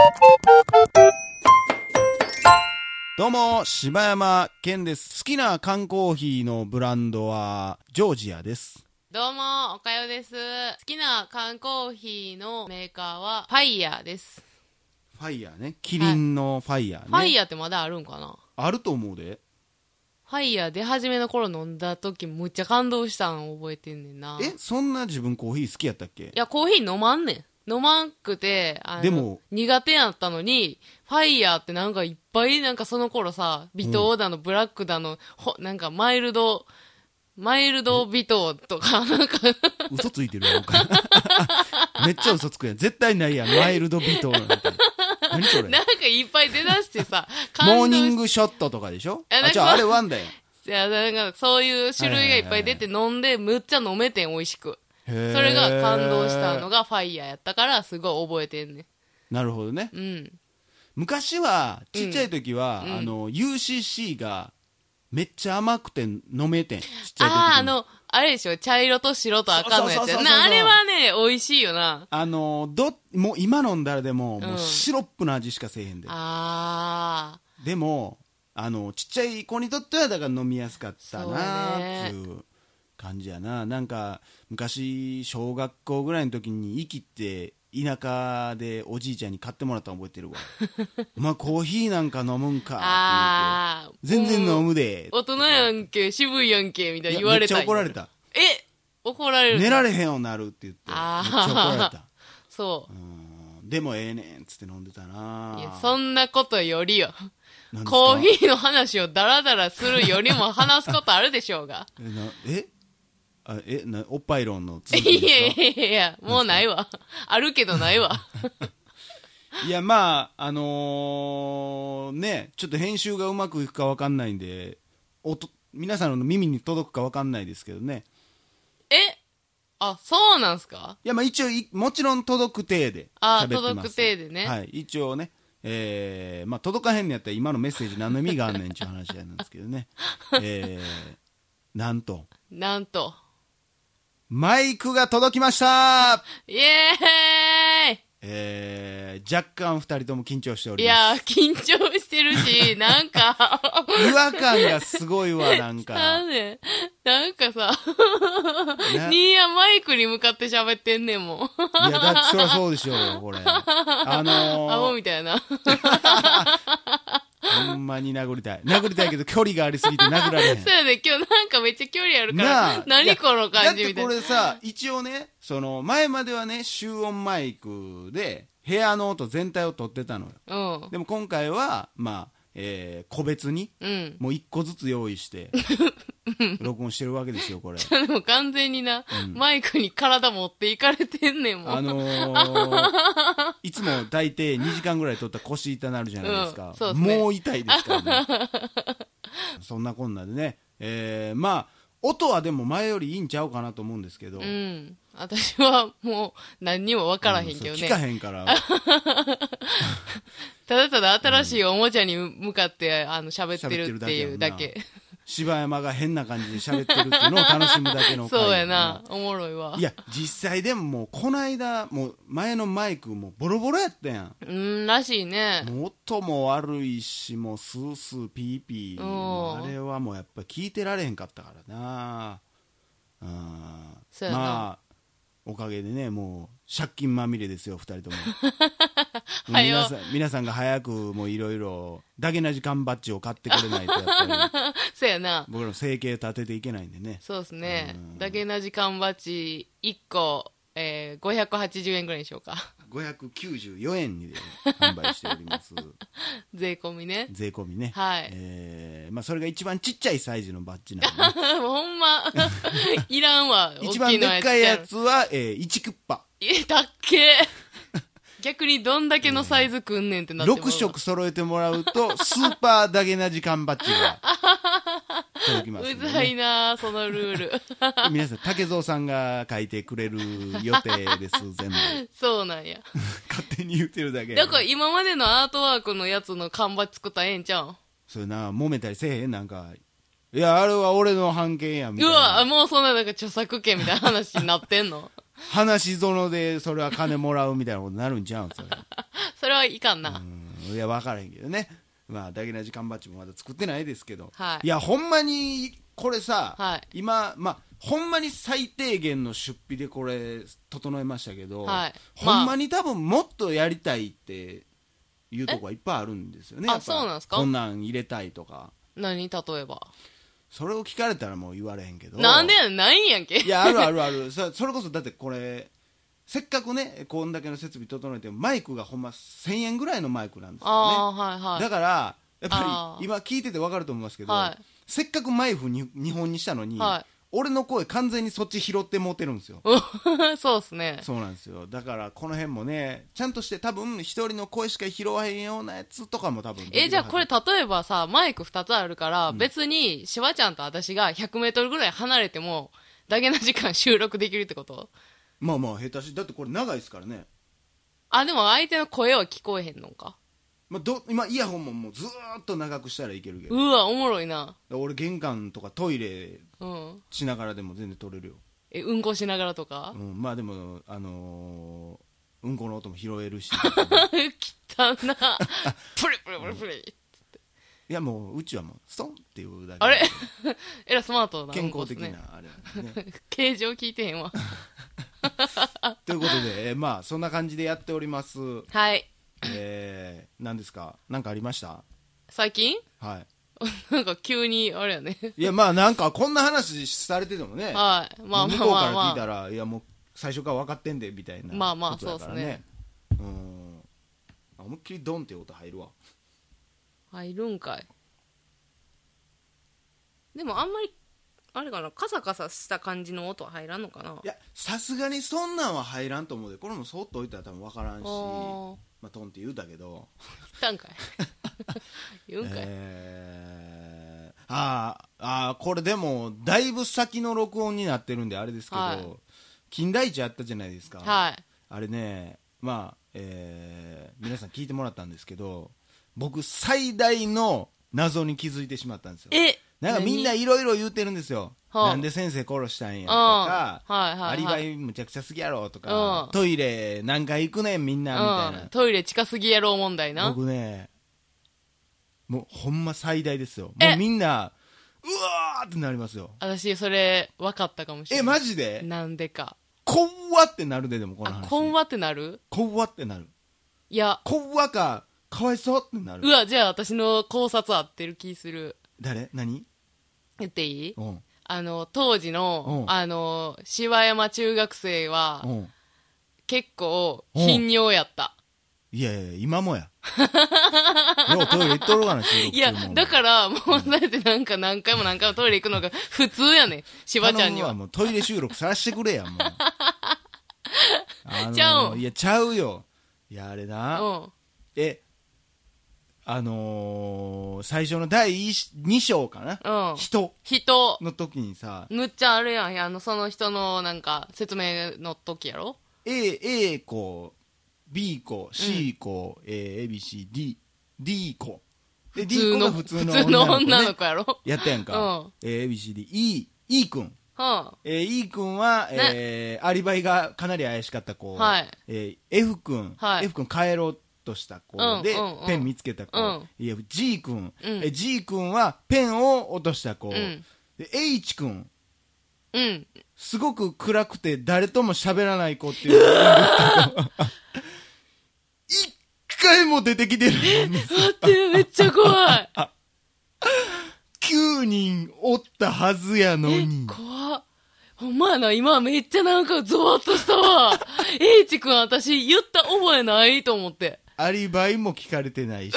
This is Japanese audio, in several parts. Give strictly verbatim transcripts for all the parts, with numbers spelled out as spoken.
どうも柴山健です。好きな缶コーヒーのブランドはジョージアです。 どうもおかよです。好きな缶コーヒーのメーカーはファイヤーです。 ファイヤーね、キリンのファイヤーね、 はい、ファイヤーってまだあるんかな。 あると思うで。 ファイヤー出始めの頃飲んだ時むっちゃ感動したん覚えてんねんな。 え、そんな自分コーヒー好きやったっけ？いやコーヒー飲まんねん。飲まんくて、あのでも苦手やったのにファイヤーってなんかいっぱいなんかその頃さ、微糖だの、うん、ブラックだの、ほなんかマイルドマイルド微糖とかなんか嘘ついてるやんかめっちゃ嘘つくやん。絶対ないやん、マイルド微糖なんて。何それ。 なんかいっぱい出だしてさモーニングショットとかでしょ。あ、じゃああれワンだよ。 いやなんかそういう種類がいっぱい出て飲んでむっちゃ飲めてん、美味しく。それが感動したのがファイヤーやったからすごい覚えてんね。 なるほどね、うん、昔はちっちゃい時は、うん、あの ユーシーシー がめっちゃ甘くて飲めてん。ちっちゃい時に。ああ、あのあれでしょ、茶色と白と赤のやつやな。あれはね美味しいよな。 あのどもう今飲んだらでも、うん、もうシロップの味しかせえへんで。 ああでもあのちっちゃい子にとってはだから飲みやすかったなっていう感じやな。なんか昔小学校ぐらいの時に生きて田舎でおじいちゃんに買ってもらったの覚えてるわお前コーヒーなんか飲むんかって言って、全然飲むで大人やんけ渋いやんけみたいに言われた。 めっちゃ怒られた。 え怒られる。 寝られへんようになるって言ってめっちゃ怒られた。 そう、 うん、でもええねんっつって飲んでたな。 いやそんなことよりよ、コーヒーの話をダラダラするよりも話すことあるでしょうがええあえなおっぱい論の続きですか？ いやいやいやもうないわあるけどないわいやまああのー、ねちょっと編集がうまくいくか分かんないんでおと皆さんの耳に届くか分かんないですけどね。 えあそうなんすか？ いやまあ一応もちろん届く体で喋ってます。 届く体でね、 はい、一応ね、えーまあ、届かへんのやったら今のメッセージ何の意味があんねんっていう話なんですけどねえー、なんとなんとマイクが届きました。 イエーイ。 えー、若干ふたりとも緊張しております。 いや緊張してるしなんか違和感がすごいわ。なんかなんでなんかさニーヤマイクに向かって喋ってんねんもん。いやだってそりゃそうでしょうこれ。あのー、 アホみたいなほんまに殴りたい殴りたいけど距離がありすぎて殴られへん。 そうやね、今日なんかめっちゃ距離あるから何この感じみたいな。だってこれさ一応ねその前まではね集音マイクで部屋の音全体を取ってたのよ、うん、でも今回はまあ、えー、個別に、うん、もういっこずつ用意して録音してるわけですよこれ。 でも完全にな、うん、マイクに体持っていかれてんねんもん。 あのー、いつも大抵にじかんぐらい撮ったら腰痛なるじゃないですか、うんそうですね、もう痛いですからねそんなこんなでね、えー、まあ音はでも前よりいいんちゃうかなと思うんですけど、うん、 私はもう何にも分からへんけどね、 うん、聞かへんからただただ新しいおもちゃに向かってあの喋ってるっていうだけ。 柴山が変な感じで喋ってるっていうのを楽しむだけの回。 そうやな、おもろいわ。 いや実際でももうこの間もう前のマイクもボロボロやったやん。 うんらしいね。 もう音も悪いしもうスースーピーピー、あれはもうやっぱ聞いてられへんかったからな。うんそうやな、まあおかげでねもう借金まみれですよふたりとも皆さん皆さんが早くもういろいろダゲな時間バッジを買ってくれないとやっぱりそうやな、 僕らの生計立てていけないんでね。 そうですね、ダゲな時間バッジいっこ、えー、ごひゃくはちじゅうえんぐらいにしようか。 ごひゃくきゅうじゅうよえんにで販売しております税込みね。 税込みね、 はい、 えーまあ、それが一番ちっちゃいサイズのバッジなんで、 ね、ほんまいらんわ一番でっかいやつは、えー、いちクッパ。 えだっけ逆にどんだけのサイズくんねんってなってもろくしょく揃えてもらうとスーパーダゲな時間バッジが届きますんで、ね、 うざいなそのルール皆さん竹蔵さんが書いてくれる予定です全部そうなんや勝手に言ってるだけだから今までのアートワークのやつの缶バッジ作ったらええんちゃうん。 それな揉めたりせえへんなんかいやあれは俺の版権やみたいな。 うわもうそんななんか著作権みたいな話になってんの話園でそれは金もらうみたいなことになるんちゃうんそれそれはいかんな。 うん、いや分からへんけどね。まあダゲな時間バッジもまだ作ってないですけど、 はい、 いやほんまにこれさ、 はい、 今まあほんまに最低限の出費でこれ整えましたけど、 はい、 ほんまに多分もっとやりたいっていうとこがいっぱいあるんですよね。 あ、そうなんですか。 こんなん入れたいとか。 何例えば。 それを聞かれたらもう言われへんけど。 なんでやねん、ないんやんけ。 いやあるあるある。そ, それこそだってこれせっかくねこんだけの設備整えてマイクがほんませんえんぐらいのマイクなんですよね。 あ、はいはい、 だからやっぱり今聞いてて分かると思いますけど、はい、せっかくマイクににほんにしたのに、はい、俺の声完全にそっち拾ってもうてるんですよ。 そうっすね。 そうなんですよ。だからこの辺もねちゃんとして多分一人の声しか拾わへんようなやつとかも多分えじゃあこれ例えばさマイクふたつあるから、うん、別にシワちゃんと私がひゃくメートルぐらい離れてもだけな時間収録できるってこと？ まあまあ下手しだってこれ長いですからね。 あでも相手の声は聞こえへんのか。 まあ、ど今イヤホンももうずーっと長くしたらいけるけど。 うわおもろいな。 俺玄関とかトイレしながらでも全然撮れるよ。 えうんこしながらとか、 うん、まあでもあのー、うんこの音も拾えるしきたなプリプリプリプリ、うん、いやもううちはもうストンっていうだけあれえらスマートな健康的なあれ、ね、 形状聞いてへんわということで、えー、まあそんな感じでやっております。 はい。 えー、何ですか何かありました最近？ はいなんか急にあれやねいやまあなんかこんな話されててもね、 はい、まあまあまあ、まあ、 向こうから聞いたらいやもう最初から分かってんでみたいな、 まあまあそうですね。 うん、思いっきりドンって音入るわ。 入るんかい。でもあんまりあれかなカサカサした感じの音は入らんのかな。 いやさすがにそんなんは入らんと思うで、これもそっと置いたら多分分からんし、まあトンって言うたけど言ったんかい言うんかい、 えー、ああこれでもだいぶ先の録音になってるんであれですけど、はい、金田一あったじゃないですか、 はい、 あれねまあ、えー、皆さん聞いてもらったんですけど僕最大の謎に気づいてしまったんですよ。 えなんかみんないろいろ言うてるんですよ。なんで先生殺したんやとか、はいはいはい、アリバイむちゃくちゃすぎやろとか、トイレ何回行くねんみんなみたいな、 トイレ近すぎやろ問題な。 僕ねもうほんま最大ですよ。もうみんなうわーってなりますよ。 私それ分かったかもしれない。 えマジでなんでかこわってなるで。でもこの話こんわってなるこわってなる。 いやこわかかわいそうってなる。 うわじゃあ私の考察合ってる気する。 誰何言っていい？ うん、 あの当時の、あの芝山中学生は結構頻尿やった。 いやいや今もやようトイレ行っとるかな。 いやだからもうそうやってなんか何回も何回もトイレ行くのが普通やねん芝ちゃんには。 もうトイレ収録させてくれやもうあのー、 ちゃういやちゃうよ。いやあれな、 うん、 えあのー、最初のだいに章かな、うん、人人の時にさむっちゃあるやん。あのその人のなんか説明の時やろ。 A, A 子 B 子 C 子、うん、A B C D D 子で D 子が普通の女の子、ね、 普通の女の子やろやったやんか、うん、A B C D E E 君、はあえー、E 君は、えー、アリバイがかなり怪しかった子、はいえー、F 君、はい、F 君帰ろうとした子で、うんうんうん、ペン見つけた子、うん、いや G 君、うん、え G 君はペンを落とした子、うん、で H 君、うん、すごく暗くて誰とも喋らない子っていうのが一回も出てきてないんですよ。 待ってめっちゃ怖いきゅうにんおったはずやのに。 怖っ。ほんまやな、今めっちゃなんかゾワッとしたわH 君私言った覚えないと思って。 アリバイも聞かれてないし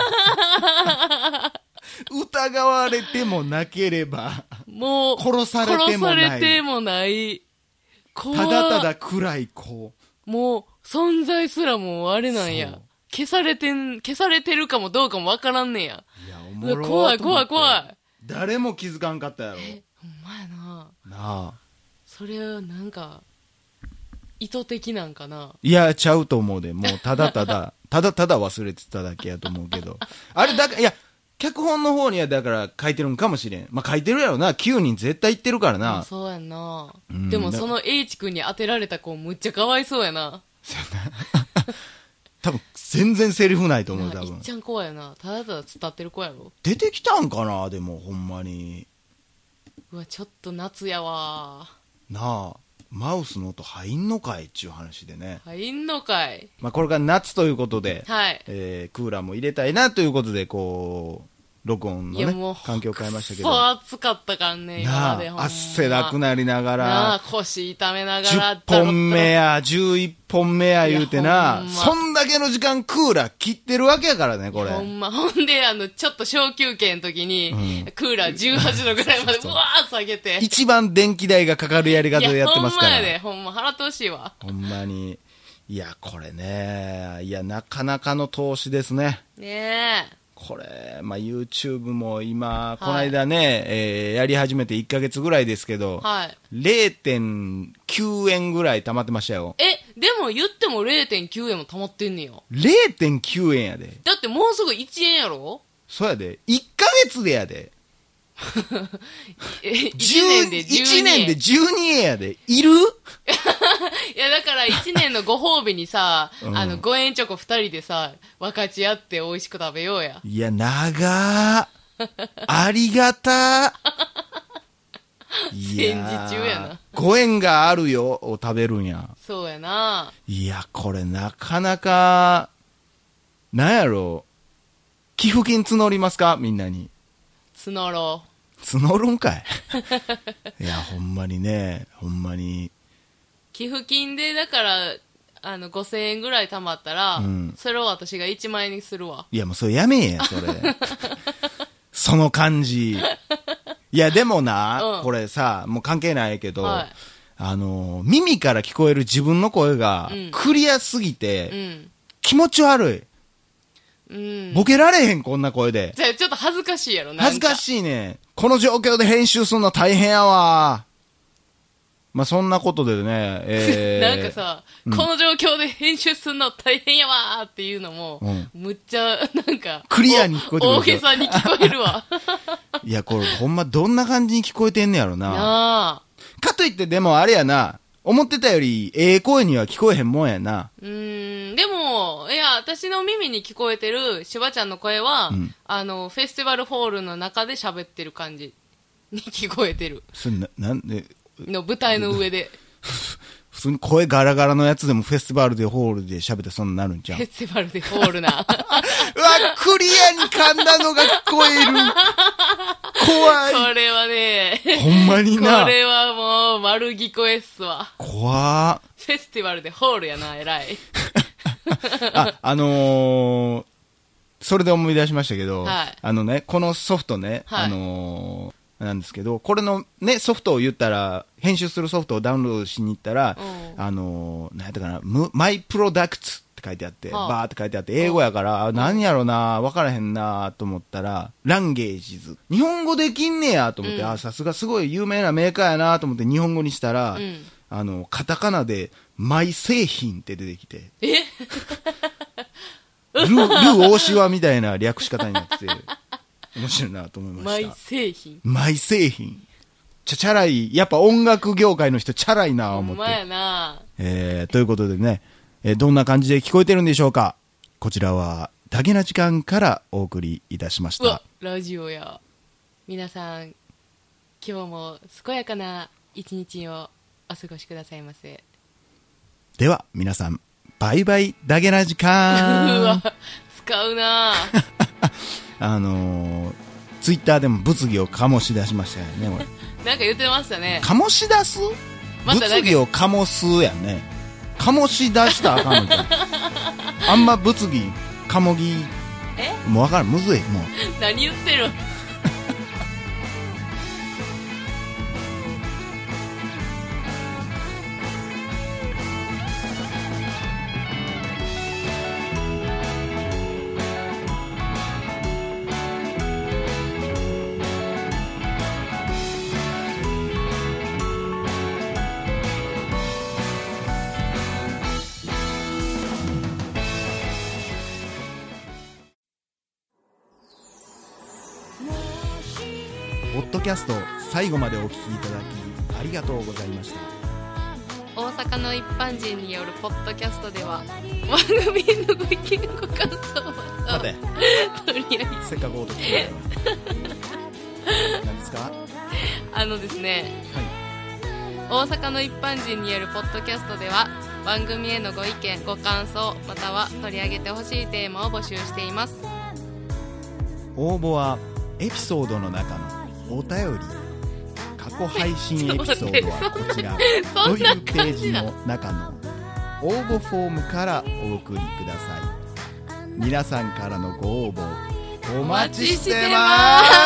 疑われてもなければもう殺されてもない。 殺されてもない。 ただただ暗い子。 もう存在すらもあれなんや。消されてん消されてるかもどうかもわからんねや。 いやおもろ怖い怖い怖い。 誰も気づかんかったやろ。 えほんまやな。 なあ。 それはなんか意図的なんかな。 いやちゃうと思うで。もうただただただただ忘れてただけやと思うけどあれだからいや脚本の方にはだから書いてるんかもしれん。まあ書いてるやろな。きゅうにん絶対行ってるからな。 そうやんな、うん、でもその H 君に当てられた子むっちゃかわいそうやな多分全然セリフないと思う。多分いっちゃん怖いよな。ただただ伝ってる子やろ。 出てきたんかな。でもほんまにうわちょっと夏やわなあ。マウスの音入んのかいっちゅう話でね。 入んのかい。 まあこれから夏ということで、 はい、 えー、クーラーも入れたいなということで、こう録音のね環境を変えましたけど、 そう暑かったからね今まで。ほんま汗だくなりながらなあ腰痛めながらじゅっぽんめやじゅういっぽんめや言うてな、 ほんまそんだけの時間クーラー切ってるわけやからねこれ。 ほんま。ほんであのちょっと小休憩の時に、うん、クーラーじゅうはちどぐらいまでうわー下げて一番電気代がかかるやり方でやってますから。 いやほんまやで。ほんま払ってほしいわ。 ほんまに。いやこれね、いやなかなかの投資ですね。 ねえこれ、まあ、YouTube も今、はい、この間ね、えー、やり始めていっかげつぐらいですけど、はい、れいてんきゅうえんぐらい溜まってましたよ。 え、でも言っても れいてんきゅうえんも溜まってんねや。 れいてんきゅうえんやで。 だってもうすぐいちえんやろ。 そうやで。いっかげつでやで。 いちねんでじゅうにえん。 いちねんでじゅうにえんやで。いるいやだからいちねんのご褒美にさ、うん、あのごえんチョコふたりでさ分かち合って美味しく食べようや。 いや長ーありがたー戦時中やな。 ごえんがあるよを食べるんや。 そうやな。 いやこれなかなかなんやろう、寄付金募りますかみんなに。 募ろう。 募るんかいいやほんまにね、ほんまに寄付金でだからあのごせんえんぐらい貯まったら、うん、それを私がいちまんえんにするわ。 いやもうそれやめえやそれその感じ。いやでもな、うん、これさもう関係ないけど、はい、あの耳から聞こえる自分の声がクリアすぎて、うん、気持ち悪い。うん、ボケられへんこんな声で。 じゃあちょっと恥ずかしいやろ。なんか恥ずかしいね。この状況で編集するの大変やわ。まあそんなことでね、えー、なんかさ、うん、この状況で編集するの大変やわっていうのも、うん、むっちゃなんかクリアに聞こえてくる。 大げさに聞こえるわ。 いやこれほんまどんな感じに聞こえてんねやろな。なあ。かといってでもあれやな、思ってたよりええ声には聞こえへんもんやな。 うーん、でもいや私の耳に聞こえてるしばちゃんの声は、うん、あのフェスティバルホールの中で喋ってる感じに聞こえてる。 それななんでの舞台の上で普通に声ガラガラのやつでもフェスティバルでホールで喋ってそんななるんじゃん。 フェスティバルでホールな。うわクリアに噛んだのが聞こえる。怖い。 これはねほんまにな。 これはもう丸聞こえっすわ。 怖っ。 フェスティバルでホールやな、偉い。 あ、あのー、それで思い出しましたけど、はい、あのね、このソフトね、はい、あのー、なんですけど、これのね、ソフトを言ったら、編集するソフトをダウンロードしに行ったら、あのー、なんやったかな、マイプロダクツって書いてあって、はあ、バーって書いてあって、英語やから、何やろな、分からへんなと思ったら、ランゲージズ。日本語できんねやと思って、うん、あ、さすがすごい有名なメーカーやなと思って日本語にしたら、うん、あの、カタカナで、マイ製品って出てきて。 えル、ル大柴みたいな略し方になってて、面白いなと思いました。 マイ製品。 マイ製品。ちゃチャラい、やっぱ音楽業界の人チャラいな思って。 ほんまやな。 えー、ということでね、えー、どんな感じで聞こえてるんでしょうか。こちらは、ダゲな時間からお送りいたしました。うわ、 ラジオや。皆さん、今日も健やかな一日をお過ごしくださいませ。 では皆さんバイバイダゲな時間。 うわ使うなあのー、ツイッターでも物議を醸し出しましたよね。俺なんか言ってましたね。 醸し出す、ま、物議を醸すやんね。醸し出したらあかんのじゃん。あんま物議醸ぎえもう分からん、むずいもう何言ってるポッドキャスト最後までお聞きいただきありがとうございました。 大阪の一般人によるポッドキャストでは番組のご意見ご書こうとしてる何ですか？ あのですね、 はい、 大阪の一般人によるポッドキャストでは番組へのご意見ご感想または取り上げてほしいテーマを募集しています。 応募はエピソードの中のお便り過去配信エピソードはこちらというページの中の応募フォームからお送りください。皆さんからのご応募お待ちしてます。